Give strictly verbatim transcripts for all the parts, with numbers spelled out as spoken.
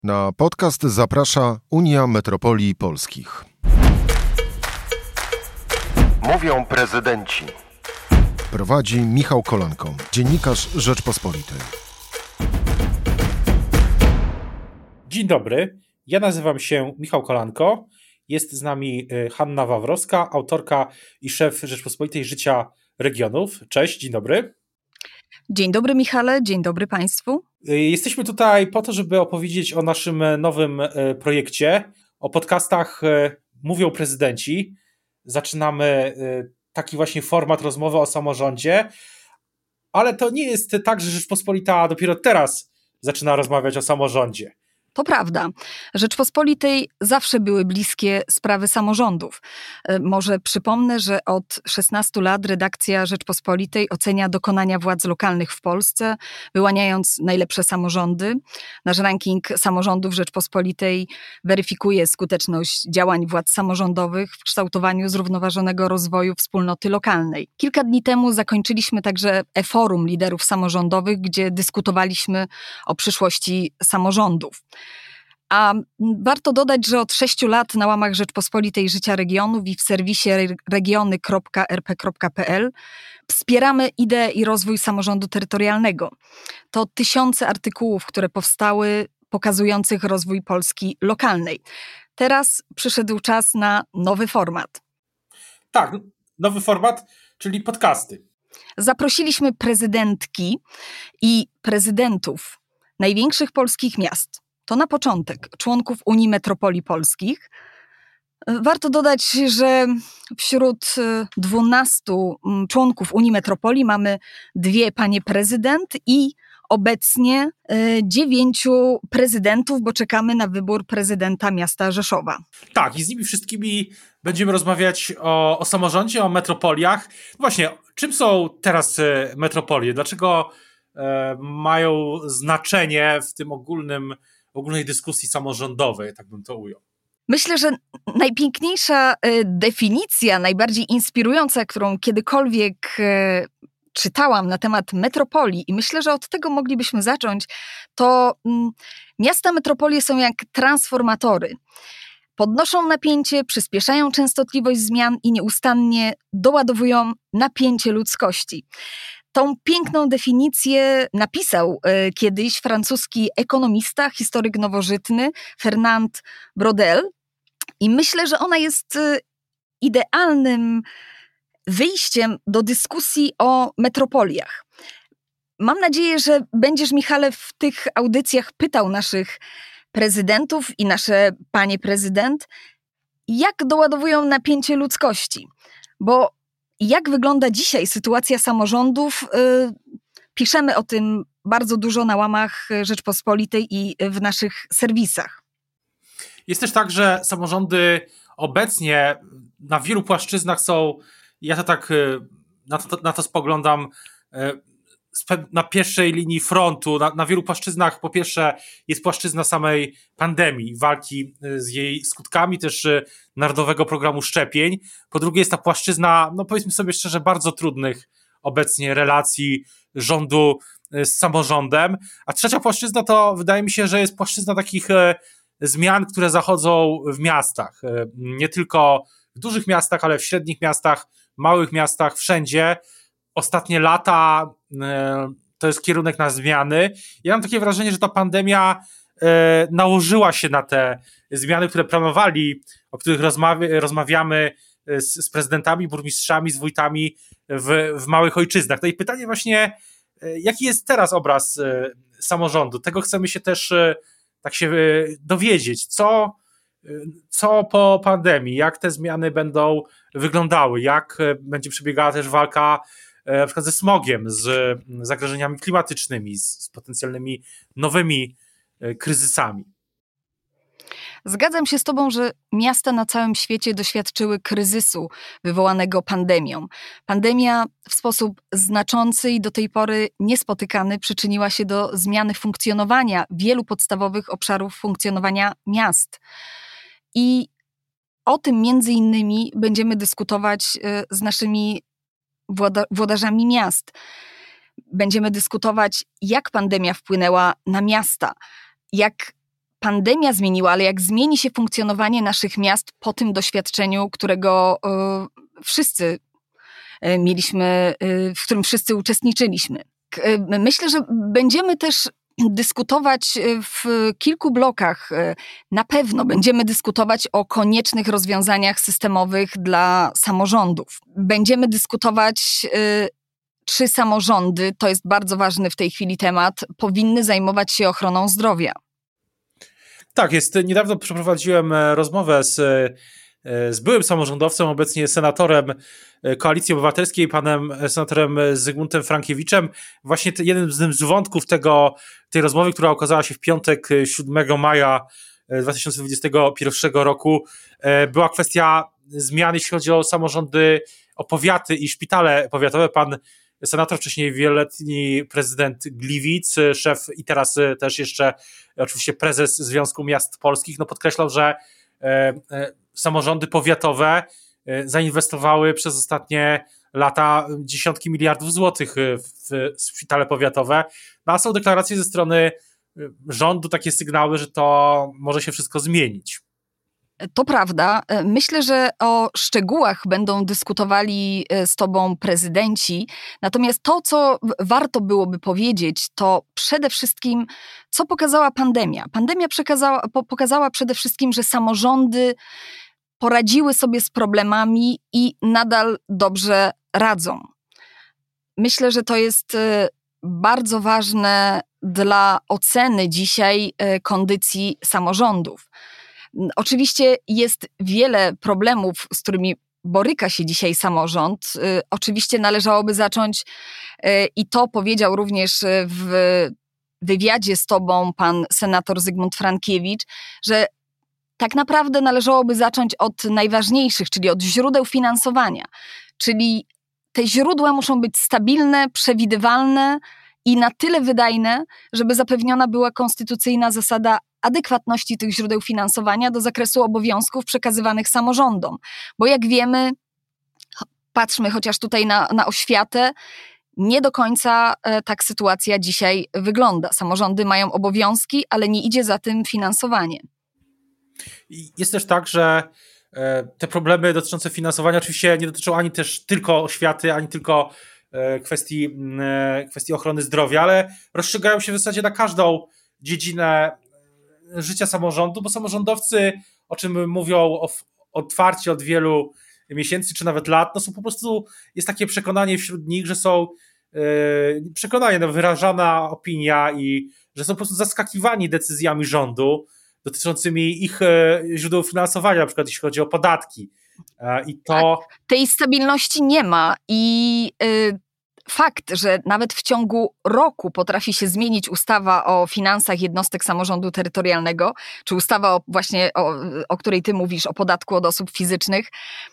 Na podcast zaprasza Unia Metropolii Polskich. Mówią prezydenci. Prowadzi Michał Kolanko, dziennikarz Rzeczpospolitej. Dzień dobry, ja nazywam się Michał Kolanko. Jest z nami Hanna Wawrowska, autorka i szef Rzeczpospolitej Życia Regionów. Cześć, dzień dobry. Dzień dobry Michale, dzień dobry Państwu. Jesteśmy tutaj po to, żeby opowiedzieć o naszym nowym projekcie, o podcastach Mówią prezydenci. Zaczynamy taki właśnie format rozmowy o samorządzie, ale to nie jest tak, że Rzeczpospolita dopiero teraz zaczyna rozmawiać o samorządzie. To prawda. Rzeczpospolitej zawsze były bliskie sprawy samorządów. Może przypomnę, że od szesnastu lat redakcja Rzeczpospolitej ocenia dokonania władz lokalnych w Polsce, wyłaniając najlepsze samorządy. Nasz ranking samorządów Rzeczpospolitej weryfikuje skuteczność działań władz samorządowych w kształtowaniu zrównoważonego rozwoju wspólnoty lokalnej. Kilka dni temu zakończyliśmy także e-forum liderów samorządowych, gdzie dyskutowaliśmy o przyszłości samorządów. A warto dodać, że od sześciu lat na łamach Rzeczpospolitej Życia Regionów i w serwisie regiony kropka er pe kropka pe el wspieramy ideę i rozwój samorządu terytorialnego. To tysiące artykułów, które powstały, pokazujących rozwój Polski lokalnej. Teraz przyszedł czas na nowy format. Tak, nowy format, czyli podcasty. Zaprosiliśmy prezydentki i prezydentów największych polskich miast. To na początek członków Unii Metropolii Polskich. Warto dodać, że wśród dwunastu członków Unii Metropolii mamy dwie panie prezydent i obecnie dziewięciu prezydentów, bo czekamy na wybór prezydenta miasta Rzeszowa. Tak, i z nimi wszystkimi będziemy rozmawiać o, o samorządzie, o metropoliach. Właśnie, czym są teraz metropolie? Dlaczego e, mają znaczenie w tym ogólnym ogólnej dyskusji samorządowej, tak bym to ujął? Myślę, że najpiękniejsza definicja, najbardziej inspirująca, którą kiedykolwiek czytałam na temat metropolii, i myślę, że od tego moglibyśmy zacząć, to miasta metropolie są jak transformatory. Podnoszą napięcie, przyspieszają częstotliwość zmian i nieustannie doładowują napięcie ludzkości. Tą piękną definicję napisał y, kiedyś francuski ekonomista, historyk nowożytny Fernand Braudel i myślę, że ona jest y, idealnym wyjściem do dyskusji o metropoliach. Mam nadzieję, że będziesz, Michale, w tych audycjach pytał naszych prezydentów i nasze panie prezydent, jak doładowują napięcie ludzkości, bo jak wygląda dzisiaj sytuacja samorządów? Piszemy o tym bardzo dużo na łamach Rzeczpospolitej i w naszych serwisach. Jest też tak, że samorządy obecnie na wielu płaszczyznach są, ja to tak na to, na to spoglądam, na pierwszej linii frontu, na, na wielu płaszczyznach. Po pierwsze jest płaszczyzna samej pandemii, walki z jej skutkami, też Narodowego Programu Szczepień. Po drugie jest ta płaszczyzna, no powiedzmy sobie szczerze, bardzo trudnych obecnie relacji rządu z samorządem. A trzecia płaszczyzna to wydaje mi się, że jest płaszczyzna takich zmian, które zachodzą w miastach. Nie tylko w dużych miastach, ale w średnich miastach, małych miastach, wszędzie. Ostatnie lata to jest kierunek na zmiany. Ja mam takie wrażenie, że ta pandemia nałożyła się na te zmiany, które planowali, o których rozmawia, rozmawiamy z, z prezydentami, burmistrzami, z wójtami w, w małych ojczyznach. No i pytanie właśnie, jaki jest teraz obraz samorządu? Tego chcemy się też tak się dowiedzieć. Co, co po pandemii? Jak te zmiany będą wyglądały? Jak będzie przebiegała też walka na przykład ze smogiem, z zagrożeniami klimatycznymi, z, z potencjalnymi nowymi kryzysami? Zgadzam się z tobą, że miasta na całym świecie doświadczyły kryzysu wywołanego pandemią. Pandemia w sposób znaczący i do tej pory niespotykany przyczyniła się do zmiany funkcjonowania wielu podstawowych obszarów funkcjonowania miast. I o tym między innymi będziemy dyskutować z naszymi włada- włodarzami miast. Będziemy dyskutować, jak pandemia wpłynęła na miasta, jak pandemia zmieniła, ale jak zmieni się funkcjonowanie naszych miast po tym doświadczeniu, którego y, wszyscy y, mieliśmy, y, w którym wszyscy uczestniczyliśmy. K- y, myślę, że będziemy też dyskutować w kilku blokach. Na pewno będziemy dyskutować o koniecznych rozwiązaniach systemowych dla samorządów. Będziemy dyskutować, czy samorządy, to jest bardzo ważny w tej chwili temat, powinny zajmować się ochroną zdrowia. Tak, jest. Niedawno przeprowadziłem rozmowę z, z byłym samorządowcem, obecnie senatorem Koalicji Obywatelskiej, panem senatorem Zygmuntem Frankiewiczem. Właśnie jeden z wątków tego, tej rozmowy, która okazała się w piątek siódmego maja dwa tysiące dwudziestego pierwszego roku, była kwestia zmian, jeśli chodzi o samorządy, o powiaty i szpitale powiatowe. Pan senator, wcześniej wieloletni prezydent Gliwic, szef i teraz też jeszcze oczywiście prezes Związku Miast Polskich, no podkreślał, że e, e, samorządy powiatowe e, zainwestowały przez ostatnie lata dziesiątki miliardów złotych w, w szpitale powiatowe. No a są deklaracje ze strony rządu, takie sygnały, że to może się wszystko zmienić. To prawda. Myślę, że o szczegółach będą dyskutowali z tobą prezydenci. Natomiast to, co warto byłoby powiedzieć, to przede wszystkim, co pokazała pandemia. Pandemia przekazała, po, pokazała przede wszystkim, że samorządy poradziły sobie z problemami i nadal dobrze radzą. Myślę, że to jest bardzo ważne dla oceny dzisiaj kondycji samorządów. Oczywiście jest wiele problemów, z którymi boryka się dzisiaj samorząd. Oczywiście należałoby zacząć, i to powiedział również w wywiadzie z tobą pan senator Zygmunt Frankiewicz, że tak naprawdę należałoby zacząć od najważniejszych, czyli od źródeł finansowania. Czyli te źródła muszą być stabilne, przewidywalne i na tyle wydajne, żeby zapewniona była konstytucyjna zasada adekwatności tych źródeł finansowania do zakresu obowiązków przekazywanych samorządom. Bo jak wiemy, patrzmy chociaż tutaj na, na oświatę, nie do końca e, tak sytuacja dzisiaj wygląda. Samorządy mają obowiązki, ale nie idzie za tym finansowanie. Jest też tak, że e, te problemy dotyczące finansowania oczywiście nie dotyczą ani też tylko oświaty, ani tylko e, kwestii, e, kwestii ochrony zdrowia, ale rozstrzygają się w zasadzie na każdą dziedzinę życia samorządu, bo samorządowcy, o czym mówią otwarcie od wielu miesięcy czy nawet lat, no są po prostu, jest takie przekonanie wśród nich, że są yy, przekonanie, no wyrażana opinia i że są po prostu zaskakiwani decyzjami rządu dotyczącymi ich yy, źródeł finansowania, na przykład jeśli chodzi o podatki. Yy, i to... Tak, tej stabilności nie ma i yy... Fakt, że nawet w ciągu roku potrafi się zmienić ustawa o finansach jednostek samorządu terytorialnego, czy ustawa o, właśnie, o, o której ty mówisz, o podatku od osób fizycznych,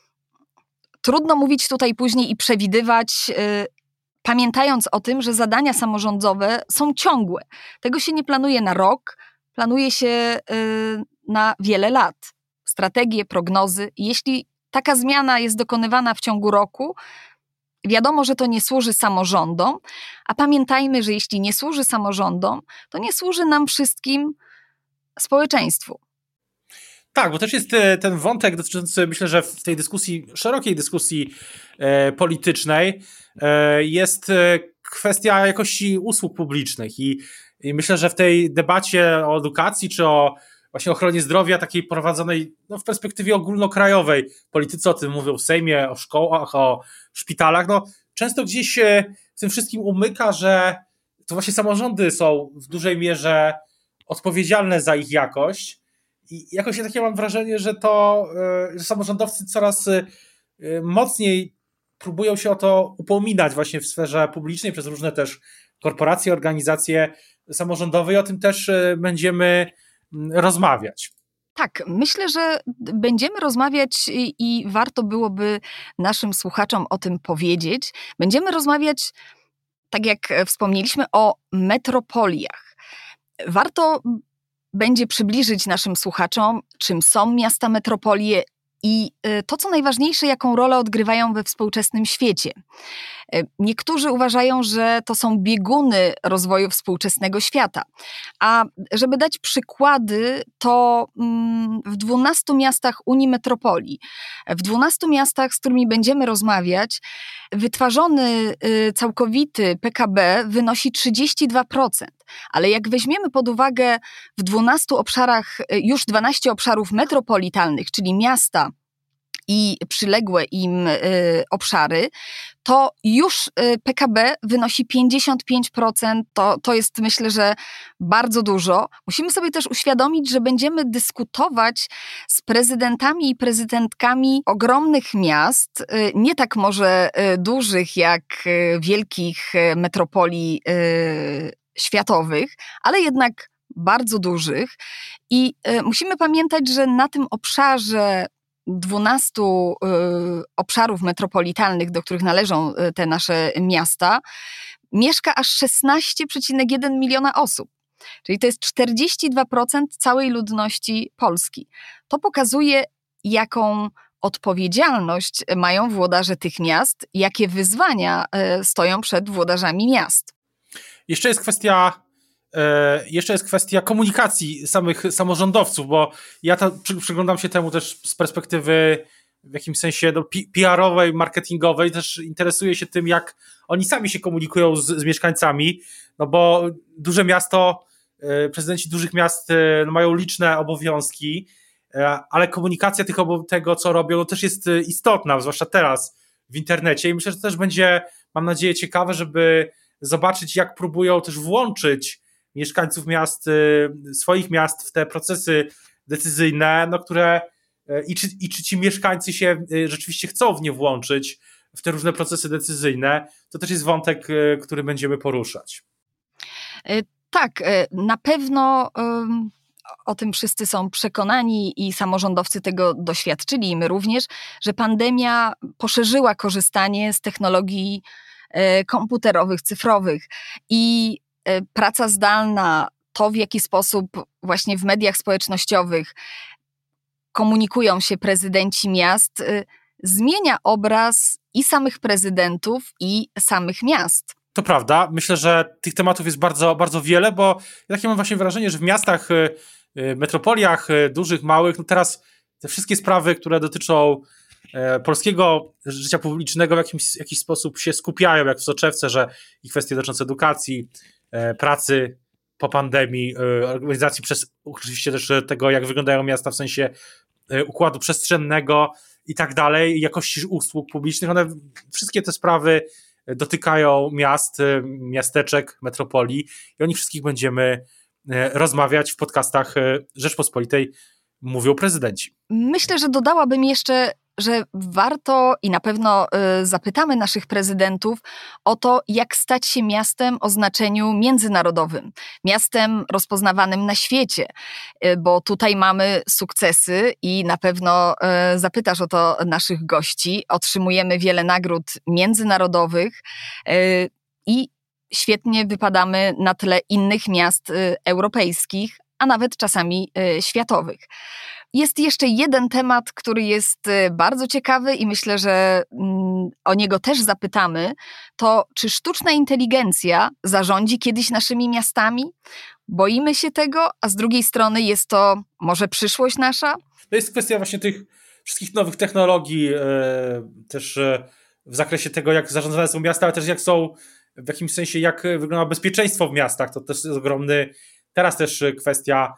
trudno mówić tutaj później i przewidywać, yy, pamiętając o tym, że zadania samorządowe są ciągłe. Tego się nie planuje na rok, planuje się yy, na wiele lat. Strategie, prognozy. Jeśli taka zmiana jest dokonywana w ciągu roku, wiadomo, że to nie służy samorządom, a pamiętajmy, że jeśli nie służy samorządom, to nie służy nam wszystkim, społeczeństwu. Tak, bo też jest ten wątek dotyczący, myślę, że w tej dyskusji, szerokiej dyskusji e, politycznej e, jest kwestia jakości usług publicznych i, i myślę, że w tej debacie o edukacji czy o właśnie ochronie zdrowia, takiej prowadzonej no, w perspektywie ogólnokrajowej, politycy o tym mówią w Sejmie, o szkołach, o szpitalach, no często gdzieś w tym wszystkim umyka, że to właśnie samorządy są w dużej mierze odpowiedzialne za ich jakość i jakoś ja takie mam wrażenie, że to, że samorządowcy coraz mocniej próbują się o to upominać właśnie w sferze publicznej przez różne też korporacje, organizacje samorządowe i o tym też będziemy rozmawiać. Tak, myślę, że będziemy rozmawiać i, i warto byłoby naszym słuchaczom o tym powiedzieć. Będziemy rozmawiać, tak jak wspomnieliśmy, o metropoliach. Warto będzie przybliżyć naszym słuchaczom, czym są miasta metropolie, i to, co najważniejsze, jaką rolę odgrywają we współczesnym świecie. Niektórzy uważają, że to są bieguny rozwoju współczesnego świata. A żeby dać przykłady, to w dwunastu miastach Unii Metropolii, w dwunastu miastach, z którymi będziemy rozmawiać, wytwarzony całkowity P K B wynosi trzydzieści dwa procent. Ale jak weźmiemy pod uwagę w dwunastu obszarach, już dwanaście obszarów metropolitalnych, czyli miasta i przyległe im y, obszary, to już y, P K B wynosi pięćdziesiąt pięć procent. To, to jest, myślę, że bardzo dużo. Musimy sobie też uświadomić, że będziemy dyskutować z prezydentami i prezydentkami ogromnych miast, y, nie tak może y, dużych jak y, wielkich y, metropolii y, światowych, ale jednak bardzo dużych. I y, musimy pamiętać, że na tym obszarze dwunastu y, obszarów metropolitalnych, do których należą y, te nasze miasta, mieszka aż szesnaście przecinek jeden miliona osób. Czyli to jest czterdzieści dwa procent całej ludności Polski. To pokazuje, jaką odpowiedzialność mają włodarze tych miast, jakie wyzwania y, stoją przed włodarzami miast. Jeszcze jest kwestia Jeszcze jest kwestia komunikacji samych samorządowców, bo ja to przy, przyglądam się temu też z perspektywy w jakimś sensie no, P R owej, marketingowej, też interesuję się tym, jak oni sami się komunikują z, z mieszkańcami, no bo duże miasto, prezydenci dużych miast no, mają liczne obowiązki, ale komunikacja tych, tego, co robią, no, też jest istotna, zwłaszcza teraz w internecie i myślę, że to też będzie, mam nadzieję, ciekawe, żeby zobaczyć, jak próbują też włączyć mieszkańców miast, swoich miast w te procesy decyzyjne, no które i czy, i czy ci mieszkańcy się rzeczywiście chcą w nie włączyć, w te różne procesy decyzyjne, to też jest wątek, który będziemy poruszać. Tak, na pewno o tym wszyscy są przekonani i samorządowcy tego doświadczyli, i my również, że pandemia poszerzyła korzystanie z technologii komputerowych, cyfrowych i praca zdalna, to w jaki sposób właśnie w mediach społecznościowych komunikują się prezydenci miast, zmienia obraz i samych prezydentów, i samych miast. To prawda. Myślę, że tych tematów jest bardzo, bardzo wiele, bo ja takie mam właśnie wrażenie, że w miastach, metropoliach dużych, małych, no teraz te wszystkie sprawy, które dotyczą polskiego życia publicznego w jakimś, jakiś sposób się skupiają, jak w soczewce, że i kwestie dotyczące edukacji, pracy po pandemii, organizacji przez, oczywiście też tego, jak wyglądają miasta w sensie układu przestrzennego i tak dalej, jakości usług publicznych, one wszystkie te sprawy dotykają miast, miasteczek, metropolii i o nich wszystkich będziemy rozmawiać w podcastach Rzeczpospolitej Mówią Prezydenci. Myślę, że dodałabym jeszcze, że warto i na pewno y, zapytamy naszych prezydentów o to, jak stać się miastem o znaczeniu międzynarodowym, miastem rozpoznawanym na świecie, y, bo tutaj mamy sukcesy i na pewno y, zapytasz o to naszych gości. Otrzymujemy wiele nagród międzynarodowych y, i świetnie wypadamy na tle innych miast y, europejskich, a nawet czasami y, światowych. Jest jeszcze jeden temat, który jest bardzo ciekawy i myślę, że o niego też zapytamy, to czy sztuczna inteligencja zarządzi kiedyś naszymi miastami? Boimy się tego, a z drugiej strony jest to może przyszłość nasza? To jest kwestia właśnie tych wszystkich nowych technologii, też w zakresie tego, jak zarządzane są miasta, ale też jak są, w jakimś sensie, jak wygląda bezpieczeństwo w miastach. To też jest ogromny, teraz też kwestia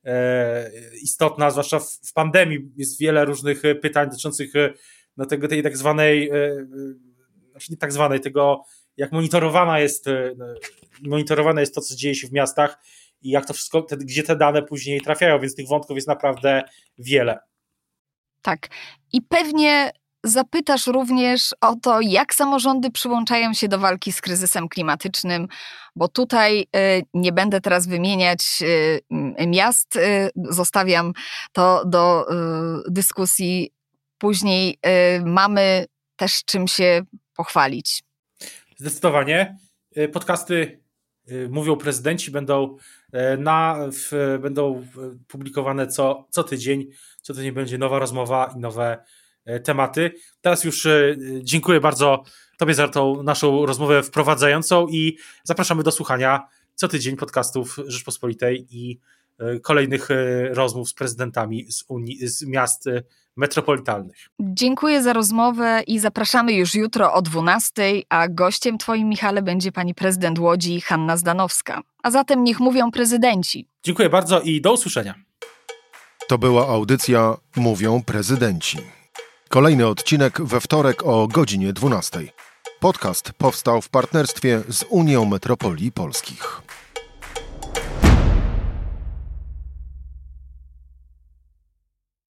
istotna, zwłaszcza w pandemii jest wiele różnych pytań dotyczących no, tego, tej tak zwanej, znaczy nie tak zwanej, tego jak monitorowana jest, monitorowane jest to, co dzieje się w miastach i jak to wszystko, te, gdzie te dane później trafiają, więc tych wątków jest naprawdę wiele. Tak. I pewnie zapytasz również o to, jak samorządy przyłączają się do walki z kryzysem klimatycznym, bo tutaj y, nie będę teraz wymieniać y, miast, y, zostawiam to do y, dyskusji później. Y, mamy też czym się pochwalić. Zdecydowanie. Podcasty Mówią Prezydenci będą na, w, będą publikowane co, co tydzień. Co tydzień będzie nowa rozmowa i nowe tematy. Teraz już dziękuję bardzo Tobie za tą naszą rozmowę wprowadzającą i zapraszamy do słuchania co tydzień podcastów Rzeczpospolitej i kolejnych rozmów z prezydentami z, Unii, z miast metropolitalnych. Dziękuję za rozmowę i zapraszamy już jutro o dwunastej, a gościem Twoim, Michale, będzie pani prezydent Łodzi Hanna Zdanowska. A zatem niech mówią prezydenci. Dziękuję bardzo i do usłyszenia. To była audycja Mówią Prezydenci. Kolejny odcinek we wtorek o godzinie dwunastej. Podcast powstał w partnerstwie z Unią Metropolii Polskich.